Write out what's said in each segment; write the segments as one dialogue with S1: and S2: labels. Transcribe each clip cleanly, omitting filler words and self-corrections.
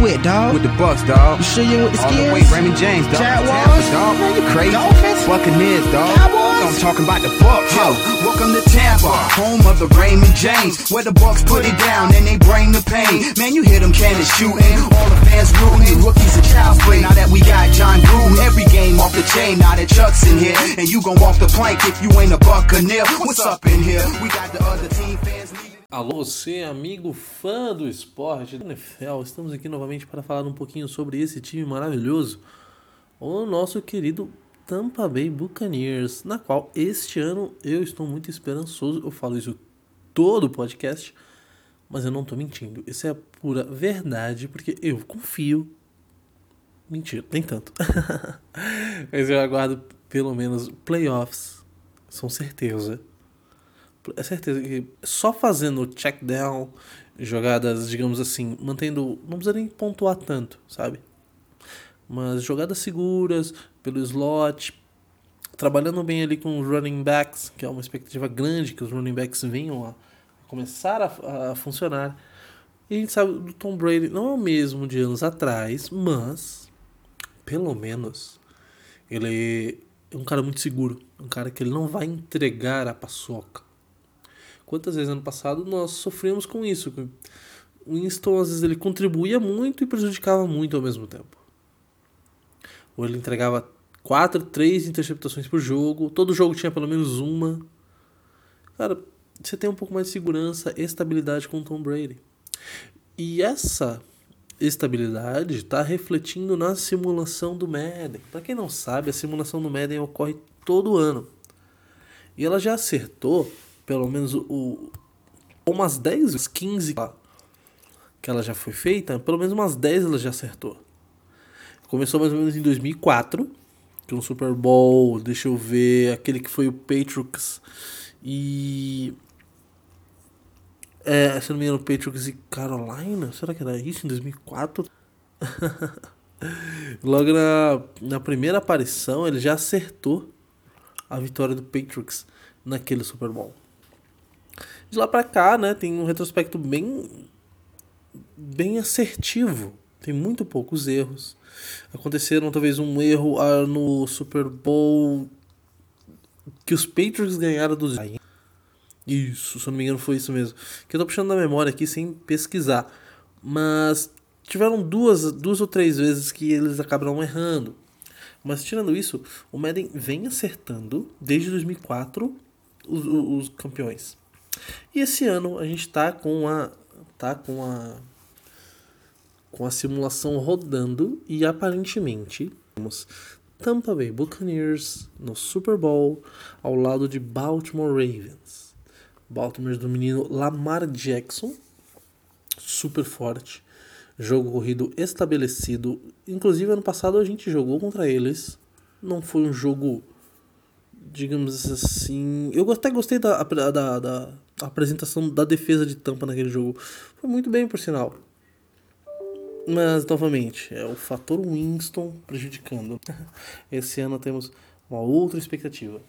S1: with, dog?
S2: With the Bucks, dog.
S1: You sure you with the
S2: All
S1: Skins?
S2: the way Raymond James, dog.
S1: Jaguars?
S2: Tampa, dog.
S1: Man, you
S2: Crazy.
S1: Dolphins?
S2: Buccaneers, dog.
S1: Cowboys?
S2: I'm talking about the Bucks. Yo, welcome to Tampa, home of the Raymond James, where the Bucks put it down and they bring the pain. Man, you hear them cannons shooting, all the fans rooting, rookies and child's play. Now that we got John Gruden, every game off the chain. Now that Chuck's in here, and you gon' walk the plank if you ain't a Buccaneer. What's up in here? We got the other team fans.
S3: Alô, você, amigo fã do esporte da NFL, estamos aqui novamente para falar um pouquinho sobre esse time maravilhoso, o nosso querido Tampa Bay Buccaneers, na qual este ano eu estou muito esperançoso. Eu falo isso todo o podcast, mas eu não estou mentindo, isso é a pura verdade, porque eu confio. Mentira, nem tanto. Mas eu aguardo pelo menos playoffs, são certeza. É certeza que só fazendo check down, jogadas, digamos assim, mantendo, não precisa nem pontuar tanto, sabe? Mas jogadas seguras, pelo slot, trabalhando bem ali com os running backs, que é uma expectativa grande que os running backs venham a começar a funcionar. E a gente sabe do Tom Brady, não é o mesmo de anos atrás, mas pelo menos ele é um cara muito seguro, um cara que ele não vai entregar a paçoca. Quantas vezes ano passado nós sofremos com isso? O Winston, às vezes, ele contribuía muito e prejudicava muito ao mesmo tempo. Ou ele entregava 3 interceptações por jogo, todo jogo tinha pelo menos uma. Cara, você tem um pouco mais de segurança, estabilidade com o Tom Brady. E essa estabilidade está refletindo na simulação do Madden. Para quem não sabe, a simulação do Madden ocorre todo ano. E ela já acertou pelo menos umas 10, 15 que ela já foi feita, pelo menos umas 10 ela já acertou. Começou mais ou menos em 2004, que é um Super Bowl, deixa eu ver, aquele que foi o Patriots e... se não me engano, Patriots e Carolina, será que era isso em 2004? Logo na primeira aparição ele já acertou a vitória do Patriots naquele Super Bowl. De lá pra cá, né, tem um retrospecto bem assertivo. Tem muito poucos erros. Aconteceram talvez um erro no Super Bowl que os Patriots ganharam dos... Isso, se eu não me engano foi isso mesmo. Que eu tô puxando da memória aqui sem pesquisar. Mas tiveram duas ou três vezes que eles acabaram errando. Mas tirando isso, o Madden vem acertando desde 2004 os campeões. E esse ano a gente tá com a simulação rodando e aparentemente temos Tampa Bay Buccaneers no Super Bowl ao lado de Baltimore Ravens. Baltimore do menino Lamar Jackson, super forte, jogo corrido estabelecido. Inclusive ano passado a gente jogou contra eles, não foi um jogo, digamos assim, eu até gostei da apresentação da defesa de Tampa naquele jogo, foi muito bem por sinal, mas novamente é o fator Winston prejudicando. Esse ano temos uma outra expectativa.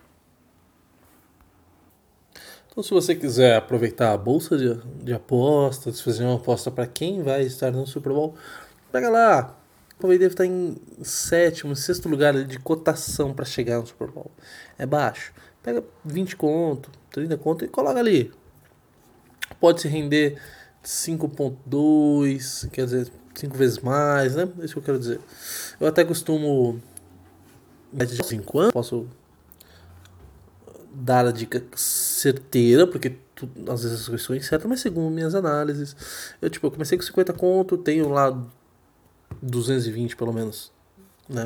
S3: Então, se você quiser aproveitar a bolsa de apostas, fazer uma aposta para quem vai estar no Super Bowl, pega lá. O Palmeiras deve estar em sétimo, sexto lugar de cotação para chegar no Super Bowl. É baixo. Pega 20 conto, 30 conto e coloca ali. Pode se render 5.2, quer dizer, 5 vezes mais, né? É isso que eu quero dizer. Eu até costumo, de 5 anos, posso dar a dica certeira, porque às vezes as questões certas, mas segundo minhas análises, eu comecei com 50 conto, tenho lá 220 pelo menos, né,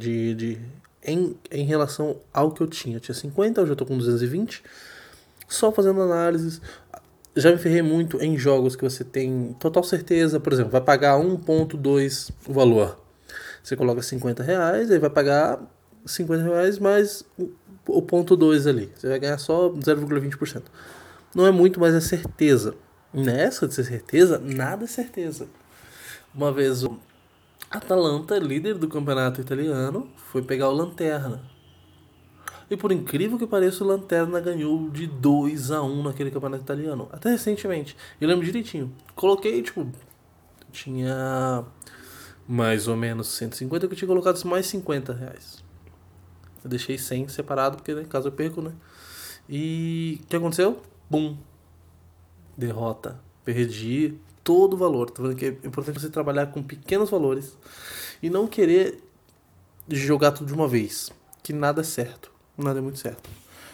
S3: em relação ao que eu tinha 50, hoje eu tô com 220, só fazendo análises. Já me ferrei muito em jogos que você tem total certeza, por exemplo, vai pagar 1.2 o valor, você coloca R$50, aí vai pagar R$50 mais o 0.2 ali, você vai ganhar só 0,20%. Não é muito, mas é certeza. Nessa de ser certeza, nada é certeza. Uma vez o Atalanta, líder do campeonato italiano, foi pegar o Lanterna. E por incrível que pareça, o Lanterna ganhou de 2-1 naquele campeonato italiano. Até recentemente. Eu lembro direitinho. Coloquei, Tinha mais ou menos 150, que eu tinha colocado mais 50 reais. Eu deixei 100 separado, porque em caso eu perco, né? E o que aconteceu? Bum! Derrota. Perdi todo o valor. Tá vendo que é importante você trabalhar com pequenos valores e não querer jogar tudo de uma vez. Que nada é certo. Nada é muito certo.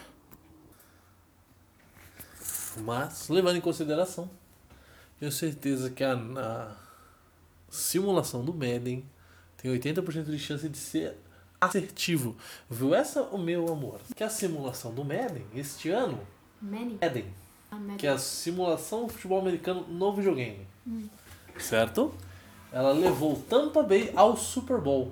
S3: Mas, levando em consideração, tenho certeza que a simulação do Madden tem 80% de chance de ser assertivo. Viu essa, o meu amor? Que a simulação do Madden, este ano, Madden, que é a simulação do futebol americano no videogame. Certo? Ela levou Tampa Bay ao Super Bowl.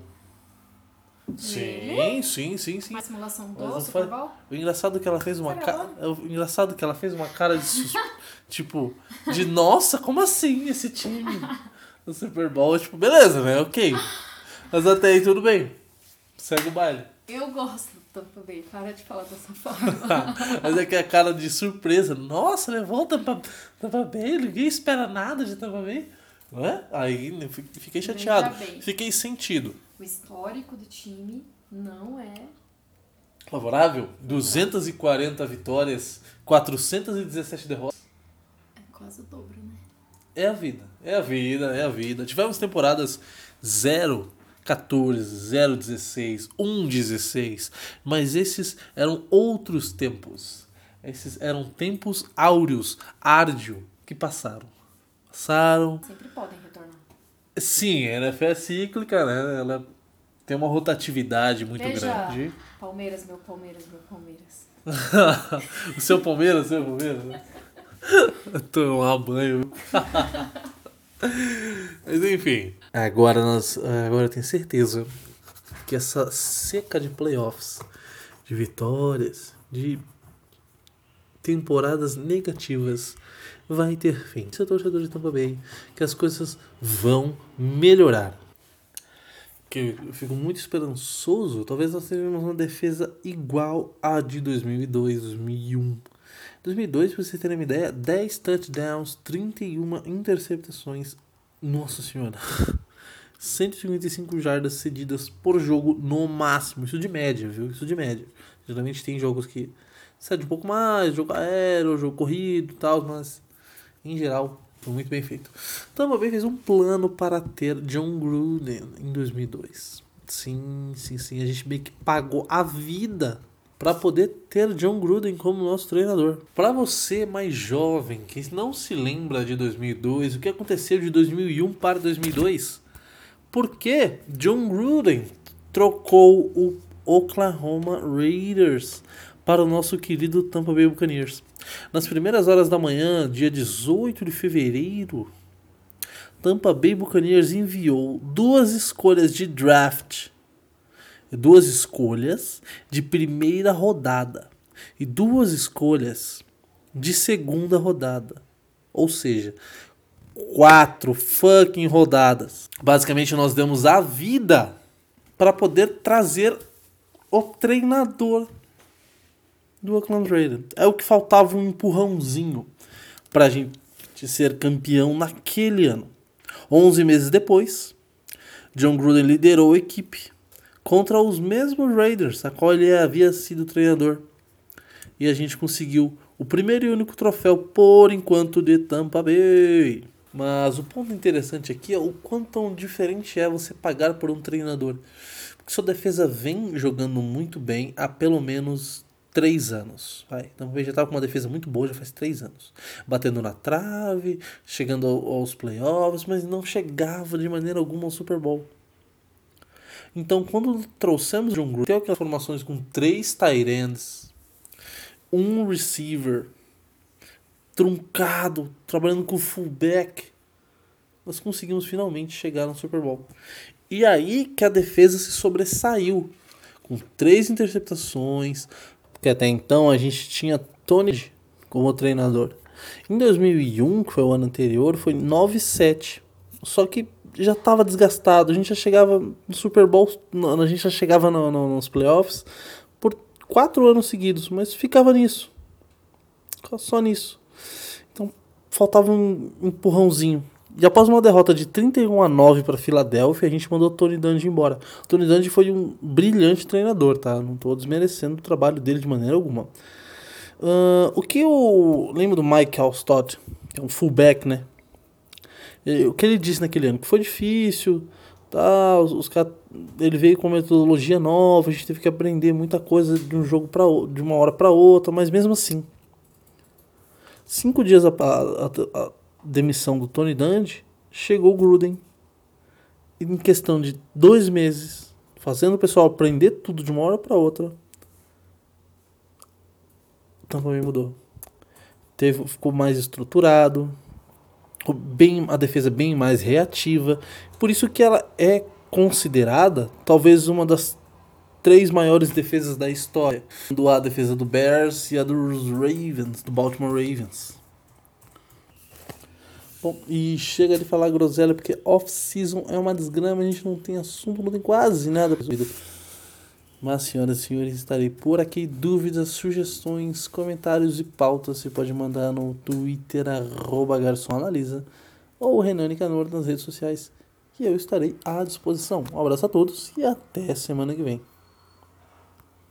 S3: Sim.
S1: Uma simulação do
S3: Mas
S1: Super Bowl?
S3: O engraçado é que ela fez uma cara. O engraçado é que ela fez uma cara de tipo, de nossa, como assim esse time? No Super Bowl, tipo, beleza, né? Ok. Mas até aí tudo bem. Segue o baile.
S1: Eu gosto do Tampa Bay, para de falar dessa forma.
S3: Mas é que a cara de surpresa. Nossa, levou o Tampa Bay, ninguém espera nada de Tampa Bay. Não é? Aí fiquei chateado. Fiquei sentido.
S1: O histórico do time não é
S3: Favorável? 240 vitórias, 417 derrotas.
S1: É quase o dobro, né?
S3: É a vida, é a vida, é a vida. Tivemos temporadas 0-14, 0-16, 1-16, mas esses eram outros tempos. Esses eram tempos áureos, árdio, que passaram.
S1: Sempre podem retornar.
S3: Sim, a NFL é cíclica, né? Ela tem uma rotatividade muito grande.
S1: Palmeiras, meu Palmeiras, meu Palmeiras.
S3: O seu Palmeiras, né? Tomar banho. Mas enfim. Agora eu tenho certeza que essa seca de playoffs, de vitórias, de temporadas negativas, vai ter fim. Seu torcedor de Tampa Bay, que as coisas vão melhorar. Que eu fico muito esperançoso. Talvez nós tenhamos uma defesa igual à de 2002, 2001. 2002, pra vocês terem uma ideia, 10 touchdowns, 31 interceptações. Nossa senhora. 155 jardas cedidas por jogo no máximo. Isso de média, viu? Isso de média. Geralmente tem jogos que cede um pouco mais, jogo aéreo, jogo corrido e tal, mas em geral foi muito bem feito. Tampa Bay fez um plano para ter John Gruden em 2002. Sim. A gente meio que pagou a vida para poder ter John Gruden como nosso treinador. Para você mais jovem, que não se lembra de 2002, o que aconteceu de 2001 para 2002? Por que John Gruden trocou o Oklahoma Raiders para o nosso querido Tampa Bay Buccaneers? Nas primeiras horas da manhã, dia 18 de fevereiro, Tampa Bay Buccaneers enviou 2 escolhas de draft, 2 escolhas de primeira rodada e 2 escolhas de segunda rodada. Ou seja, 4 fucking rodadas. Basicamente nós demos a vida para poder trazer o treinador do Oakland Raiders. É o que faltava, um empurrãozinho pra gente ser campeão naquele ano. 11 meses depois, John Gruden liderou a equipe contra os mesmos Raiders, a qual ele havia sido treinador. E a gente conseguiu o primeiro e único troféu, por enquanto, de Tampa Bay. Mas o ponto interessante aqui é o quão diferente é você pagar por um treinador. Porque sua defesa vem jogando muito bem há pelo menos 3 anos. Então já estava com uma defesa muito boa, já faz 3 anos. Batendo na trave, chegando aos playoffs, mas não chegava de maneira alguma ao Super Bowl. Então quando trouxemos John Gruden, tem aquelas formações com 3 tight ends, 1 receiver, truncado, trabalhando com fullback, nós conseguimos finalmente chegar no Super Bowl. E aí que a defesa se sobressaiu, com 3 interceptações, porque até então a gente tinha Tony como treinador. Em 2001, que foi o ano anterior, foi 9-7. Só que já estava desgastado. A gente já chegava no Super Bowl, a gente já chegava nos playoffs por 4 anos seguidos, mas ficava nisso. Ficava só nisso. Então faltava um empurrãozinho. E após uma derrota de 31-9 para Filadélfia, a gente mandou o Tony Dungy embora. O Tony Dungy foi um brilhante treinador, tá? Não estou desmerecendo o trabalho dele de maneira alguma. O que eu lembro do Mike Alstott, que é um fullback, né? O que ele disse naquele ano? Que foi difícil, tá? Ele veio com metodologia nova, a gente teve que aprender muita coisa de um jogo de uma hora para outra, mas mesmo assim, 5 dias a demissão do Tony Dungy, chegou o Gruden, e em questão de 2 meses, fazendo o pessoal aprender tudo de uma hora para outra, o Tampa Bay mudou. Ficou mais estruturado, a defesa bem mais reativa, por isso que ela é considerada talvez uma das 3 maiores defesas da história, a defesa do Bears e a dos Ravens, do Baltimore Ravens. Bom, e chega de falar groselha, porque off-season é uma desgrama, a gente não tem assunto, não tem quase nada pra vida. Mas, senhoras e senhores, estarei por aqui. Dúvidas, sugestões, comentários e pautas, você pode mandar no Twitter, @garçonanalisa, ou Renan Nicanor nas redes sociais, que eu estarei à disposição. Um abraço a todos e até semana que vem.